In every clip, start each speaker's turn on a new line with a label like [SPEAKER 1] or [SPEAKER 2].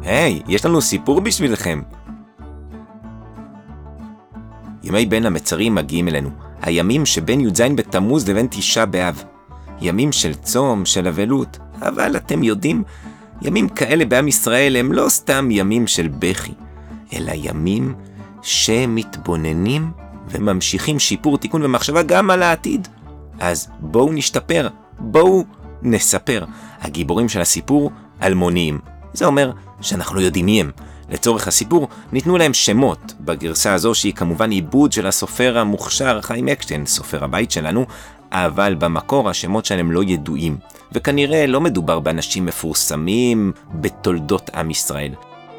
[SPEAKER 1] היי, יש לנו סיפור בשבילכם. ימי בין המצרים מגיעים אלינו, הימים שבין י"ז בתמוז לבין תשעה באב. ימים של צום, של אבלות, אבל אתם יודעים, ימים כאלה בעם ישראל הם לא סתם ימים של בכי, אלא ימים שמתבוננים וממשיכים שיפור, תיקון ומחשבה גם על העתיד. אז בואו נשתפר, בואו נספר. הגיבורים של הסיפור אלמוניים. זה אומר שאנחנו לא יודעים מי הם. לצורך הסיפור ניתנו להם שמות, בגרסה הזו שהיא כמובן עיבוד של הסופר המוכשר חיים אקשטיין, סופר הבית שלנו, אבל במקור השמות שלהם לא ידועים, וכנראה לא מדובר באנשים מפורסמים בתולדות עם ישראל.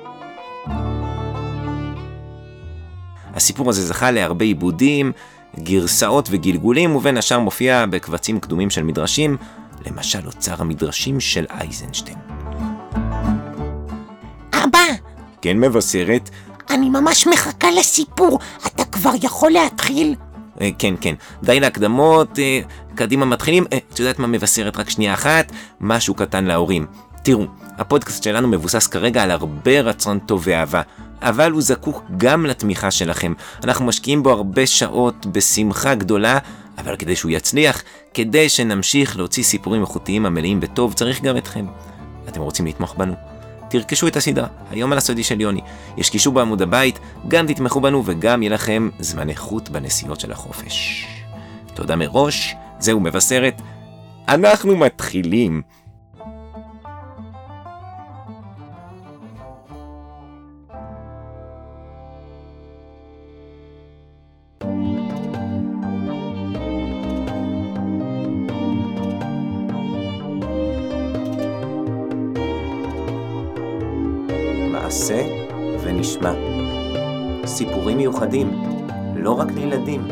[SPEAKER 1] הסיפור הזה זכה להרבה עיבודים, גרסאות וגלגולים, ובין השאר מופיע בקבצים קדומים של מדרשים, למשל אוצר המדרשים של אייזנשטיין.
[SPEAKER 2] אבא!
[SPEAKER 1] כן, מבשרת?
[SPEAKER 2] אני ממש מחכה לסיפור, אתה כבר יכול להתחיל?
[SPEAKER 1] כן, די להקדמות, קדימה מתחילים. את יודעת מה, מבשרת? רק שנייה אחת, משהו קטן להורים. תראו, הפודקאסט שלנו מבוסס כרגע על הרבה רצון טוב ואהבה, אבל הוא זקוק גם לתמיכה שלכם. אנחנו משקיעים בו הרבה שעות בשמחה גדולה, אבל כדי שהוא יצליח, כדי שנמשיך להוציא סיפורים איכותיים המלאים בטוב, צריך גם אתכם. אתם רוצים לתמוך בנו? תרכשו את הסדרה, היום על הסודי של יוני. יש קישור בעמוד הבית, גם תתמכו בנו וגם יהיה לכם זמן איכות בנסיעות של החופש. תודה מראש, זהו מבשרת. אנחנו מתחילים. מעשה ונשמע. סיפורים מיוחדים, לא רק לילדים.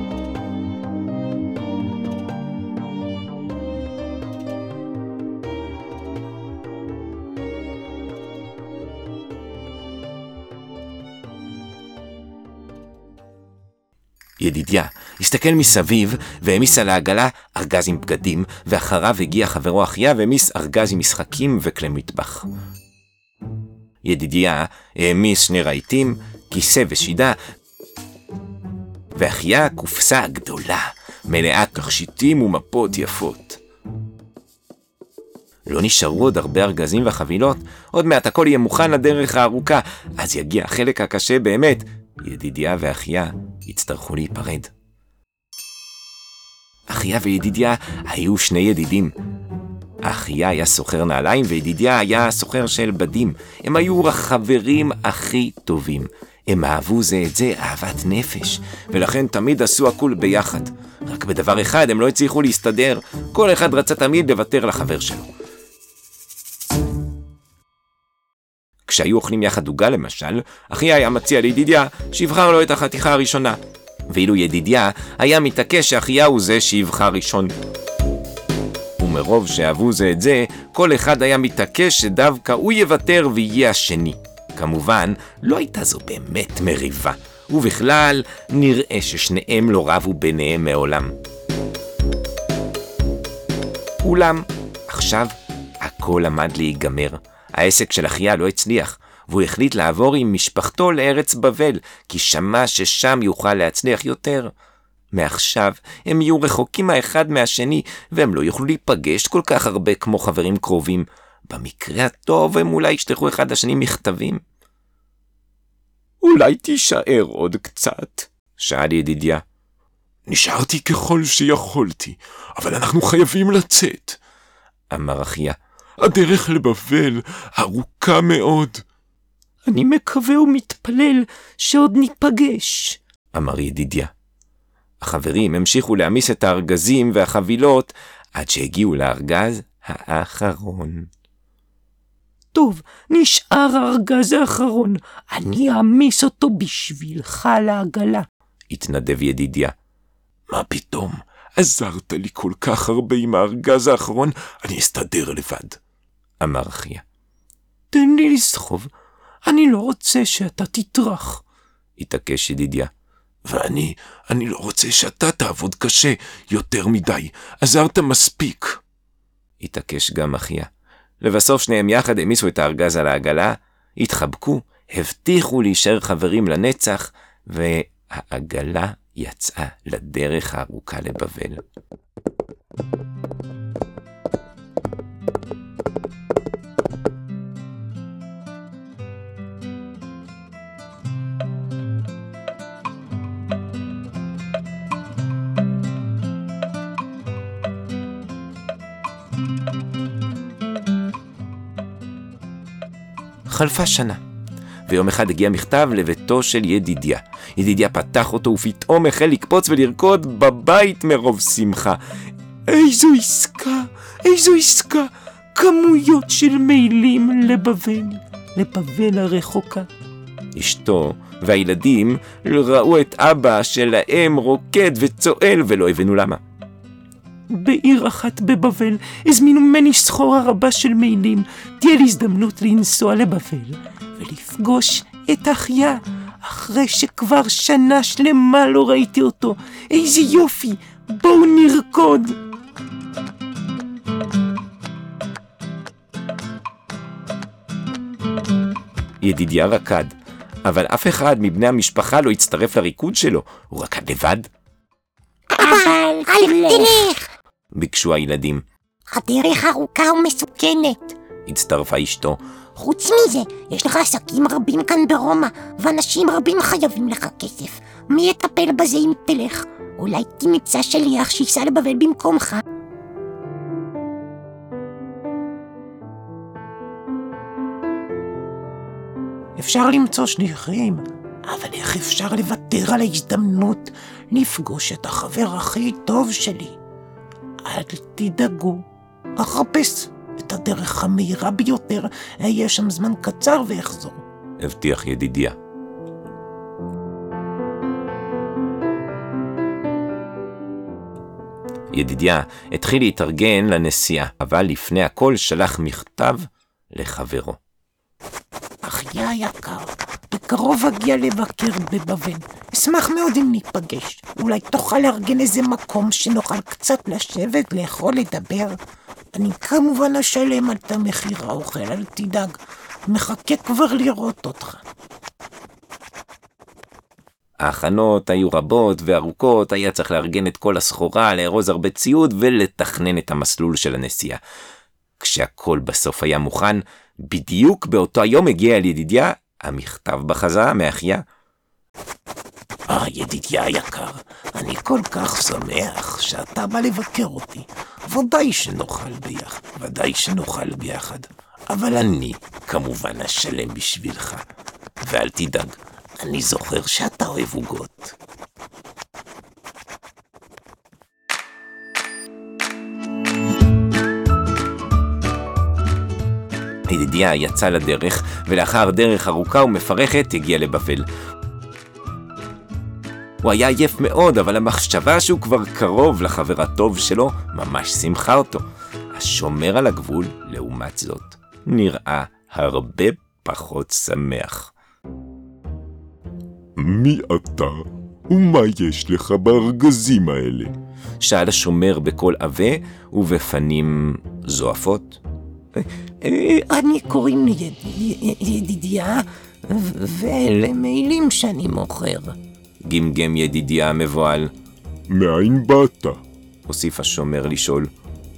[SPEAKER 1] ידידיה הסתכל מסביב והמיס על העגלה ארגז עם בגדים, ואחריו הגיע חברו אחיה והמיס ארגז עם משחקים וכלי מטבח. ידידיה העמיס שני רהיטים, כיסא ושידה, ואחיה קופסה גדולה, מלאה תכשיטים ומפות יפות. לא נשארו עוד הרבה ארגזים וחבילות, עוד מעט הכל יהיה מוכן לדרך הארוכה, אז יגיע החלק הקשה באמת. ידידיה ואחיה יצטרכו להיפרד. אחיה וידידיה היו שני ידידים. אחיה היה סוחר נעליים וידידיה היה סוחר של בדים. הם היו החברים הכי טובים. הם אהבו זה את זה אהבת נפש, ולכן תמיד עשו הכל ביחד. רק בדבר אחד הם לא הצליחו להסתדר, כל אחד רצה תמיד לוותר לחבר שלו. כשהיו אוכלים יחד עוגה למשל, אחיה היה מציע לידידיה שיבחר לו את החתיכה הראשונה, ואילו ידידיה היה מתעקש שאחיה הוא זה שיבחר ראשון. ומרוב שאהבו זה את זה, כל אחד היה מתעקש שדווקא הוא יוותר ויהיה השני. כמובן, לא הייתה זו באמת מריבה, ובכלל נראה ששניהם לא רבו ביניהם מעולם. אולם, עכשיו הכל עמד להיגמר. העסק של אחיה לא הצליח, והוא החליט לעבור עם משפחתו לארץ בבל, כי שמע ששם יוכל להצליח יותר. מעכשיו הם יהיו רחוקים האחד מהשני, והם לא יוכלו להיפגש כל כך הרבה כמו חברים קרובים. במקרה הטוב הם אולי ישלחו אחד לשני מכתבים.
[SPEAKER 3] אולי תישאר עוד קצת?
[SPEAKER 1] שאל ידידיה.
[SPEAKER 3] נשארתי ככל שיכולתי, אבל אנחנו חייבים לצאת,
[SPEAKER 1] אמר אחיה.
[SPEAKER 3] הדרך לבבל ארוכה מאוד.
[SPEAKER 2] אני מקווה ומתפלל שעוד ניפגש,
[SPEAKER 1] אמר ידידיה. החברים המשיכו להמיס את הארגזים והחבילות עד שהגיעו לארגז האחרון.
[SPEAKER 2] טוב, נשאר הארגז האחרון, אני אעמיס אותו בשבילך לעגלה,
[SPEAKER 1] התנדב ידידיה.
[SPEAKER 3] מה פתאום? עזרת לי כל כך הרבה עם הארגז האחרון, אני אסתדר לבד,
[SPEAKER 1] אמר אחיה.
[SPEAKER 2] תן לי לסחוב, אני לא רוצה שאתה תטרח,
[SPEAKER 1] התעקש ידידיה.
[SPEAKER 3] ואני לא רוצה שאתה תעבוד קשה יותר מדי, עזרת מספיק,
[SPEAKER 1] התעקש גם אחיה. לבסוף שניהם יחד המיסו את הארגז על העגלה, התחבקו, הבטיחו להישאר חברים לנצח, והעגלה יצאה לדרך הארוכה לבבל. חלפה שנה, ויום אחד הגיע מכתב לביתו של ידידיה. ידידיה פתח אותו ופתאום החל לקפוץ ולרקוד בבית מרוב שמחה.
[SPEAKER 2] איזו עסקה, איזו עסקה, כמויות של מילים לבבל הרחוקה.
[SPEAKER 1] אשתו והילדים ראו את אבא שלהם רוקד וצועל ולא הבנו למה.
[SPEAKER 2] בעיר אחת בבבל הזמינו ממני סחורה רבה של מילים. תהיה לי הזדמנות לנסוע לבבל ולפגוש את אחיה, אחרי שכבר שנה שלמה לא ראיתי אותו. איזה יופי, בואו נרקוד.
[SPEAKER 1] ידידיה רקד, אבל אף אחד מבני המשפחה לא הצטרף לריקוד שלו. הוא רקד לבד.
[SPEAKER 4] אבל אל תלך!
[SPEAKER 1] ביקשו הילדים.
[SPEAKER 4] הדרך ארוכה ומסוכנת.
[SPEAKER 1] הצטרפה אשתו.
[SPEAKER 4] חוץ מזה, יש לך עסקים רבים כאן ברומא, ואנשים רבים חייבים לך כסף. מי יטפל בזה אם תלך? אולי תמצא שליח שיסע לבבל במקומך.
[SPEAKER 2] אפשר למצוא שליחים, אבל איך אפשר לוותר על ההזדמנות לפגוש את החבר הכי טוב שלי? אל תדאגו, אחפש את הדרך המהירה ביותר, אהיה שם זמן קצר ואחזור.
[SPEAKER 1] הבטיח ידידיה. ידידיה התחיל להתארגן לנסיעה, אבל לפני הכל שלח מכתב לחברו.
[SPEAKER 2] אחיה היקר, בקרוב אגיע לבקר בבבל. אשמח מאוד אם ניפגש. אולי תוכל לארגן איזה מקום שנוכל קצת לשבת, לאכול, לדבר. אני כמובן אשלם על המחיר האוכל, אל תדאג. מחכה כבר לראות אותך.
[SPEAKER 1] ההכנות היו רבות וארוכות, היה צריך לארגן את כל הסחורה, לארוז הרבה ציוד ולתכנן את המסלול של הנסיעה. כשהכל בסוף היה מוכן, בדיוק באותו היום הגיע אל ידידיה המכתב בחזרה מאחיה.
[SPEAKER 2] ידידיה היקר, אני כל כך שמח שאתה בא לבקר אותי. ודאי שנאכל ביחד. אבל אני כמובן אשלם בשבילך. ואל תדאג, אני זוכר שאתה אוהב עוגות.
[SPEAKER 1] ידידיה יצא לדרך, ולאחר דרך ארוכה ומפרכת הגיע לבבל. הוא היה עייף מאוד, אבל המחשבה שהוא כבר קרוב לחבר הטוב שלו ממש שמחה אותו. השומר על הגבול, לעומת זאת, נראה הרבה פחות שמח.
[SPEAKER 3] מי אתה? ומה יש לך בארגזים האלה?
[SPEAKER 1] שאל השומר בקול עבה ובפנים זועפות.
[SPEAKER 2] אני קוראים לי ידידיה, ואלה מילים שאני מוכר.
[SPEAKER 1] גמגם ידידיה מבועל.
[SPEAKER 3] מאין באת?
[SPEAKER 1] הוסיף השומר לשאול.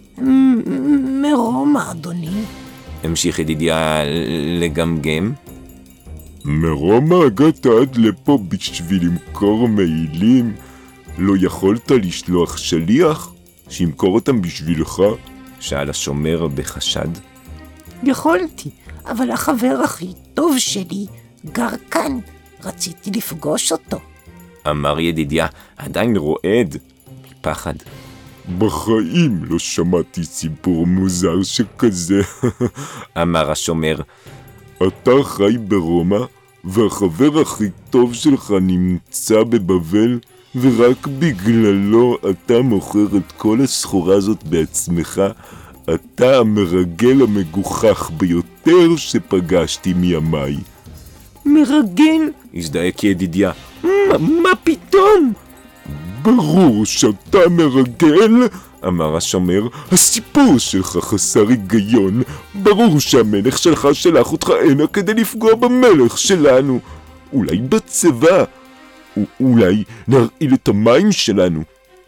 [SPEAKER 2] מרומא, אדוני.
[SPEAKER 1] המשיך ידידיה לגמגם.
[SPEAKER 3] מרומא הגעת עד לפה בשביל למכור מעילים? לא יכולת לשלוח שליח שימכור אותם בשבילך?
[SPEAKER 1] שאל השומר בחשד.
[SPEAKER 2] יכולתי, אבל החבר הכי טוב שלי גר כאן. רציתי לפגוש אותו.
[SPEAKER 1] אמר ידידיה, עדיין רועד מפחד.
[SPEAKER 3] בחיים לא שמעתי סיפור מוזר שכזה.
[SPEAKER 1] אמר השומר.
[SPEAKER 3] אתה חי ברומא, והחבר הכי טוב שלך נמצא בבבל, ורק בגללו אתה מוכר את כל הסחורה הזאת בעצמך. אתה המרגל המגוחך ביותר שפגשתי מימיי.
[SPEAKER 2] מרגל?
[SPEAKER 1] הזדעק ידידיה.
[SPEAKER 2] מה פתאום?
[SPEAKER 3] ברור שאתה מרגל, אמר השומר, הסיפור שלך חסר היגיון. ברור שהמלך שלך שלח אותך הנה כדי לפגוע במלך שלנו. אולי בצבא, אולי נרעיל את המים שלנו.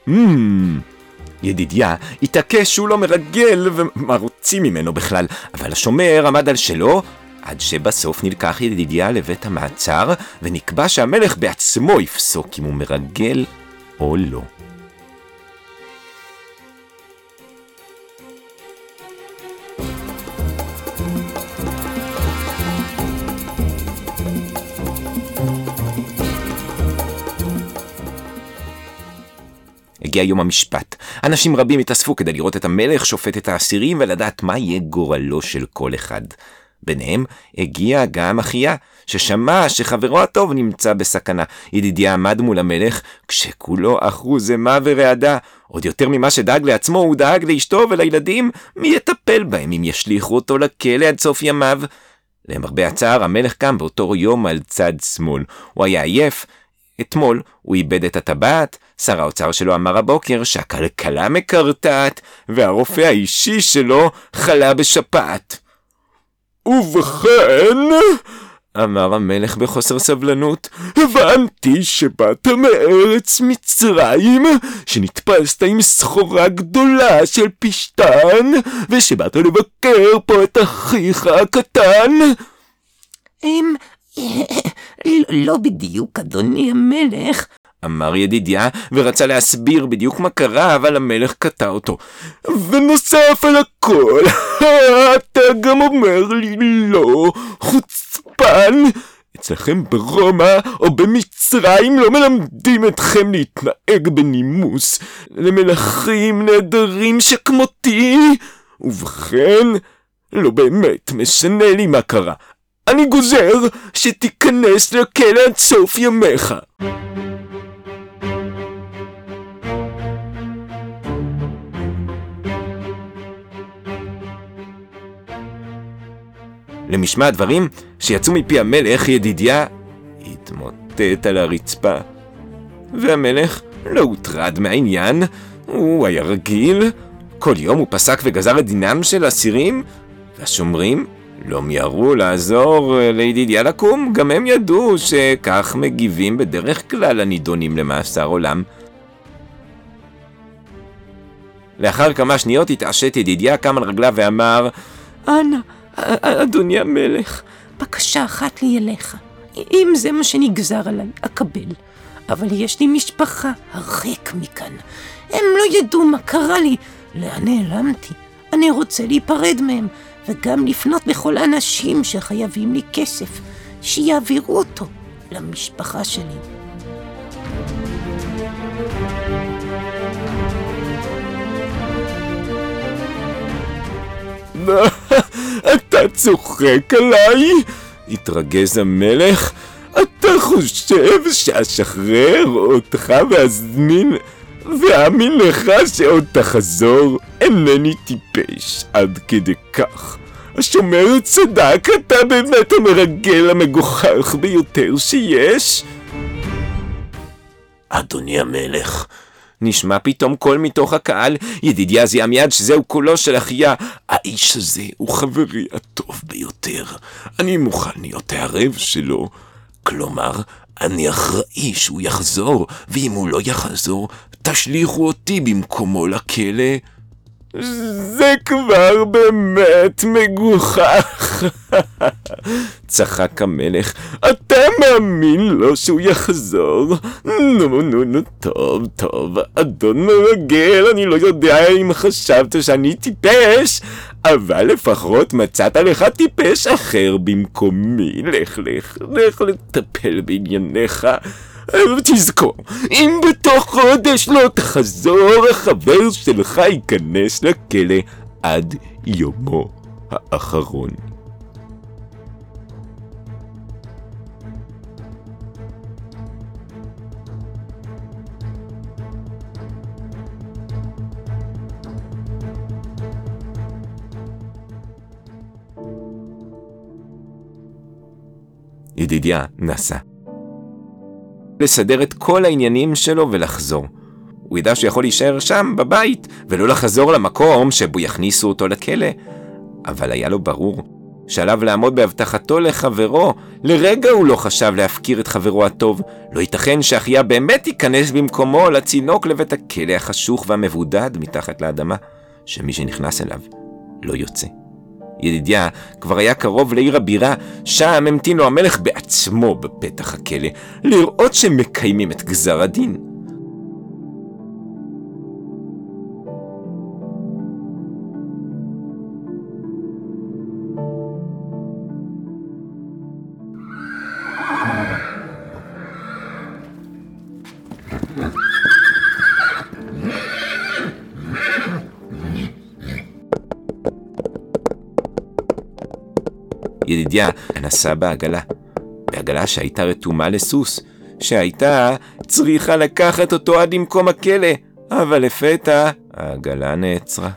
[SPEAKER 1] ידידיה התעקש שהוא לא מרגל ומה רוצים ממנו בכלל, אבל השומר עמד על שלו, עד שבסוף נלקח ידידיה לבית המעצר, ונקבע שהמלך בעצמו יפסוק אם הוא מרגל או לא. הגיע יום המשפט. אנשים רבים התאספו כדי לראות את המלך שופט את האסירים ולדעת מה יהיה גורלו של כל אחד. ביניהם הגיע גם אחיה, ששמע שחברו הטוב נמצא בסכנה. ידידיה עמד מול המלך, כשכולו אחוז אימה ורעדה. עוד יותר ממה שדאג לעצמו, הוא דאג לאשתו ולילדים. מי יטפל בהם אם ישליחו אותו לכלא עד סוף ימיו? למרבה הצער, המלך קם באותו יום על צד שמאל. הוא היה עייף. אתמול הוא איבד את הטבעת, שר האוצר שלו אמר הבוקר שהכלכלה מקרטעת, והרופא האישי שלו חלה בשפעת.
[SPEAKER 3] ובכן,
[SPEAKER 1] אמר המלך בחוסר סבלנות,
[SPEAKER 3] הבנתי שבאת מארץ מצרים, שנתפסת עם סחורה גדולה של פשטן, ושבאת לבקר פה את אחיך הקטן.
[SPEAKER 2] לא בדיוק, אדוני המלך,
[SPEAKER 1] אמר ידידיה, ורצה להסביר בדיוק מה קרה, אבל המלך קטע אותו.
[SPEAKER 3] ונוסף על הכל, אתה גם אומר לי לא, חוצפן. אצלכם ברומא או במצרים לא מלמדים אתכם להתנהג בנימוס למלכים נהדרים שכמותי. ובכן, לא באמת משנה לי מה קרה. אני גוזר שתיכנס לכלא עד סוף ימיך.
[SPEAKER 1] למשמע הדברים שיצאו מפי המלך, ידידיה התמוטט על הרצפה. והמלך לא הוטרד מהעניין, הוא היה רגיל. כל יום הוא פסק וגזר את דינם של אסירים, והשומרים לא מיהרו לעזור לידידיה לקום. גם הם ידעו שכך מגיבים בדרך כלל הנידונים למאסר עולם. לאחר כמה שניות התעשת ידידיה, קם על רגליו ואמר,
[SPEAKER 2] אנא, אדוני המלך, בקשה אחת לי אליך. אם זה מה שנגזר עליי, אקבל. אבל יש לי משפחה הרחק מכאן. הם לא ידעו מה קרה לי, לאן נעלמתי. אני רוצה להיפרד מהם, וגם לפנות לכל האנשים שחייבים לי כסף, שיעבירו אותו למשפחה שלי.
[SPEAKER 3] אתה צוחק עליי? התרגז המלך. אתה חושב שאשחרר אותך ואזמין ואאמין לך שעוד תחזור? אינני טיפש עד כדי כך. השומר צדק, אתה באמת המרגל המגוחך ביותר שיש.
[SPEAKER 1] אדוני המלך, נשמע פתאום קול מתוך הקהל. ידידיה זיהה מיד שזהו קולו של אחיה.
[SPEAKER 3] האיש הזה הוא חברי הטוב ביותר. אני מוכן להיות הערב שלו. כלומר, אני אחראי שהוא יחזור, ואם הוא לא יחזור, תשליכו אותי במקומו לכלא. זה כבר באמת מגוחך.
[SPEAKER 1] צחק המלך.
[SPEAKER 3] אתה מאמין לו שהוא יחזור? נו, טוב, אדון מרגל, אני לא יודע אם חשבת שאני טיפש, אבל לפחות מצאת לך טיפש אחר במקומי. לך לטפל בענייניך. תזכור, אם בתוך חודש לא תחזור, החבר שלך ייכנס לכלא עד יומו האחרון.
[SPEAKER 1] ידידיה נסע לסדר את כל העניינים שלו ולחזור. הוא ידע שיכול להישאר שם בבית, ולא לחזור למקום שבו יכניסו אותו לכלא. אבל היה לו ברור שעליו לעמוד בהבטחתו לחברו. לרגע הוא לא חשב להפקיר את חברו הטוב. לא ייתכן שאחיה באמת ייכנס במקומו לצינוק לבית הכלא החשוך והמבודד מתחת לאדמה, שמי שנכנס אליו לא יוצא. ידידיה כבר היה קרוב לעיר הבירה, שם המתין לו המלך בעצמו בפתח הכלא, לראות שמקיימים את גזר הדין. ידידיה נסע בעגלה שהייתה רתומה לסוס, שהייתה צריכה לקחת אותו עד למקום הכלא, אבל לפתע העגלה נעצרה.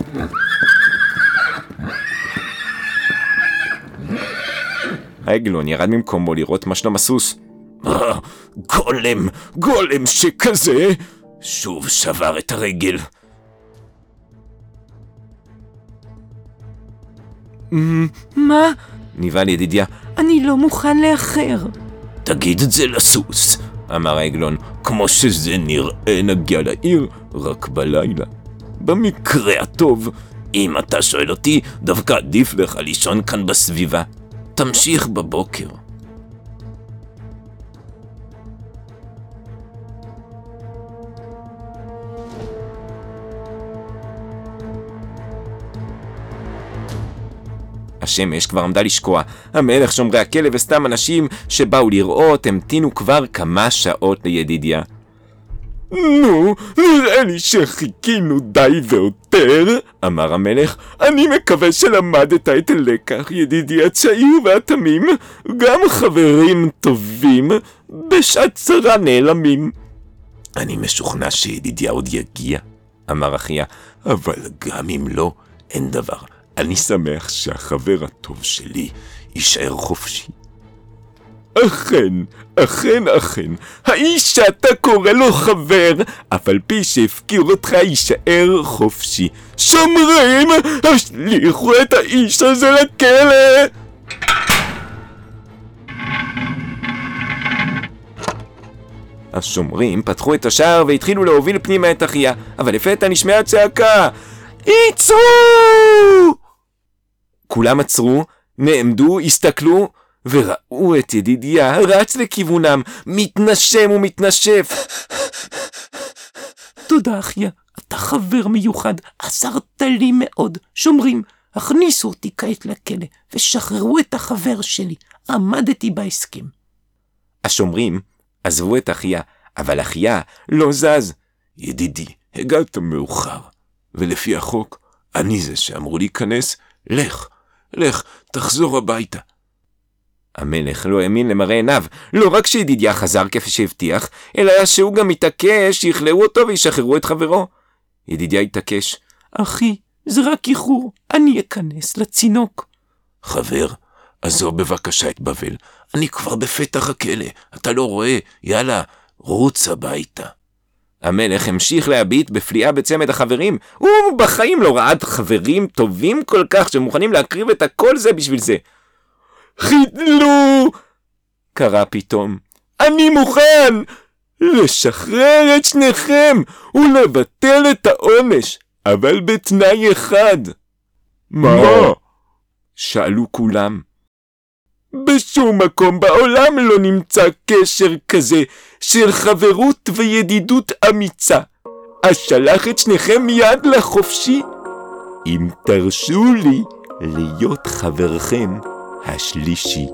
[SPEAKER 1] העגלון ירד ממקומו לראות מה שלום הסוס.
[SPEAKER 3] גולם שכזה שוב שבר את הרגל.
[SPEAKER 5] מה?
[SPEAKER 1] נבהל ידידיה.
[SPEAKER 5] אני לא מוכן לאחר.
[SPEAKER 3] תגיד את זה לסוס,
[SPEAKER 1] אמר העגלון.
[SPEAKER 3] כמו שזה נראה נגיע לעיר רק בלילה. במקרה הטוב, אם אתה שואל אותי, דווקא עדיף לך לישון כאן בסביבה. תמשיך בבוקר.
[SPEAKER 1] השמש כבר עמדה לשקוע. המלך, שומרי הכלא וסתם אנשים שבאו לראות המתינו כבר כמה שעות לידידיה.
[SPEAKER 3] נו, נראה לי שחיכינו די ויותר, אמר המלך. אני מקווה שלמדת את הלקח, ידידי הצעיר והתמים. גם חברים טובים בשעת צרה נעלמים. אני משוכנע שידידיה עוד יגיע, אמר אחיה. אבל גם אם לא, אין דבר. אני שמח שהחבר הטוב שלי יישאר חופשי. אכן, האיש שאתה קורא לו חבר, אף על פי שהפקיר אותך יישאר חופשי. שומרים, השליכו את האיש הזה לכלא!
[SPEAKER 1] השומרים פתחו את השער והתחילו להוביל פנימה את אחיה, אבל לפתע נשמעה צעקה. עצרו! כולם עצרו, נעמדו, הסתכלו, וראו את ידידיה רץ לכיוונם, מתנשם ומתנשף.
[SPEAKER 5] תודה אחיה, אתה חבר מיוחד, עזרת לי מאוד. שומרים, הכניסו אותי כעת לכלא, ושחררו את החבר שלי. עמדתי בהסכם.
[SPEAKER 1] השומרים עזבו את אחיה, אבל אחיה לא זז.
[SPEAKER 3] ידידי, הגעת מאוחר, ולפי החוק, אני זה שאמרו להיכנס. לך, תחזור הביתה.
[SPEAKER 1] המלך לא האמין למראה עיניו. לא רק שידידיה חזר כפי שהבטיח, אלא שהוא גם מתעקש שיכלאו אותו וישחררו את חברו. ידידיה התעקש.
[SPEAKER 5] אחי, זה רק איחור, אני אכנס לצינוק.
[SPEAKER 3] חבר, עזוב בבקשה את בבל, אני כבר בפתח הכלא, אתה לא רואה? יאללה, רוץ הביתה.
[SPEAKER 1] המלך המשיך להביט בפליאה בצמד החברים. הוא בחיים לא ראה חברים טובים כל כך שמוכנים להקריב את הכל זה בשביל זה.
[SPEAKER 3] חידלו!
[SPEAKER 1] קרא פתאום.
[SPEAKER 3] אני מוכן לשחרר את שניכם ולבטל את העונש, אבל בתנאי אחד.
[SPEAKER 1] מה? שאלו כולם.
[SPEAKER 3] בשום מקום בעולם לא נמצא קשר כזה של חברות וידידות אמיצה. אשלח את שניכם מיד לחופשי, אם תרשו לי להיות חברכם השלישי.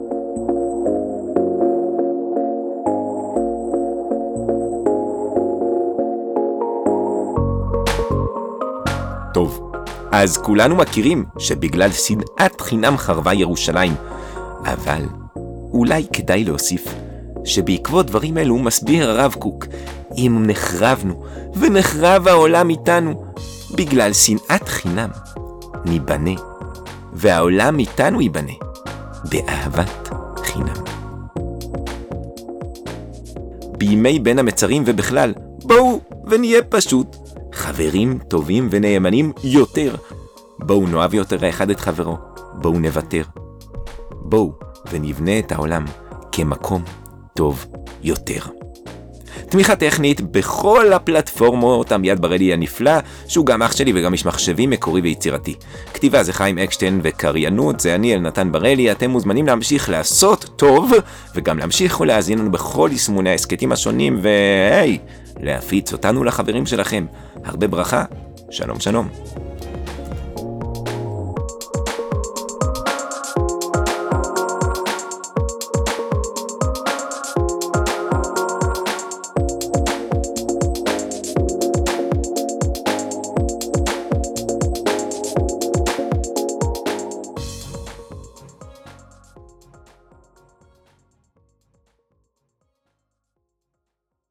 [SPEAKER 1] טוב, אז כולנו מכירים שבגלל שנאת חינם חרבה ירושלים. אבל אולי כדאי להוסיף שבעקבות דברים אלו מסביר הרב קוק, אם נחרבנו ונחרב העולם איתנו, בגלל שנאת חינם ניבנה, והעולם איתנו ייבנה באהבת חינם. בימי בין המצרים ובכלל, בואו ונהיה פשוט חברים טובים ונאמנים יותר. בואו נאהב יותר האחד את חברו. בואו נוותר. בואו ונבנה את העולם כמקום טוב יותר. תמיכה טכנית בכל הפלטפורמות, עמיעד בראלי הנפלא, שהוא גם אח שלי וגם איש מחשבים מקורי ויצירתי. כתיבה זה חיים אקשטיין וקריינות, זה אני אלנתן בראלי. אתם מוזמנים להמשיך לעשות טוב, וגם להמשיך ולהאזין לנו בכל יישומוני ההסקטים השונים, להפיץ אותנו לחברים שלכם. הרבה ברכה, שלום שלום.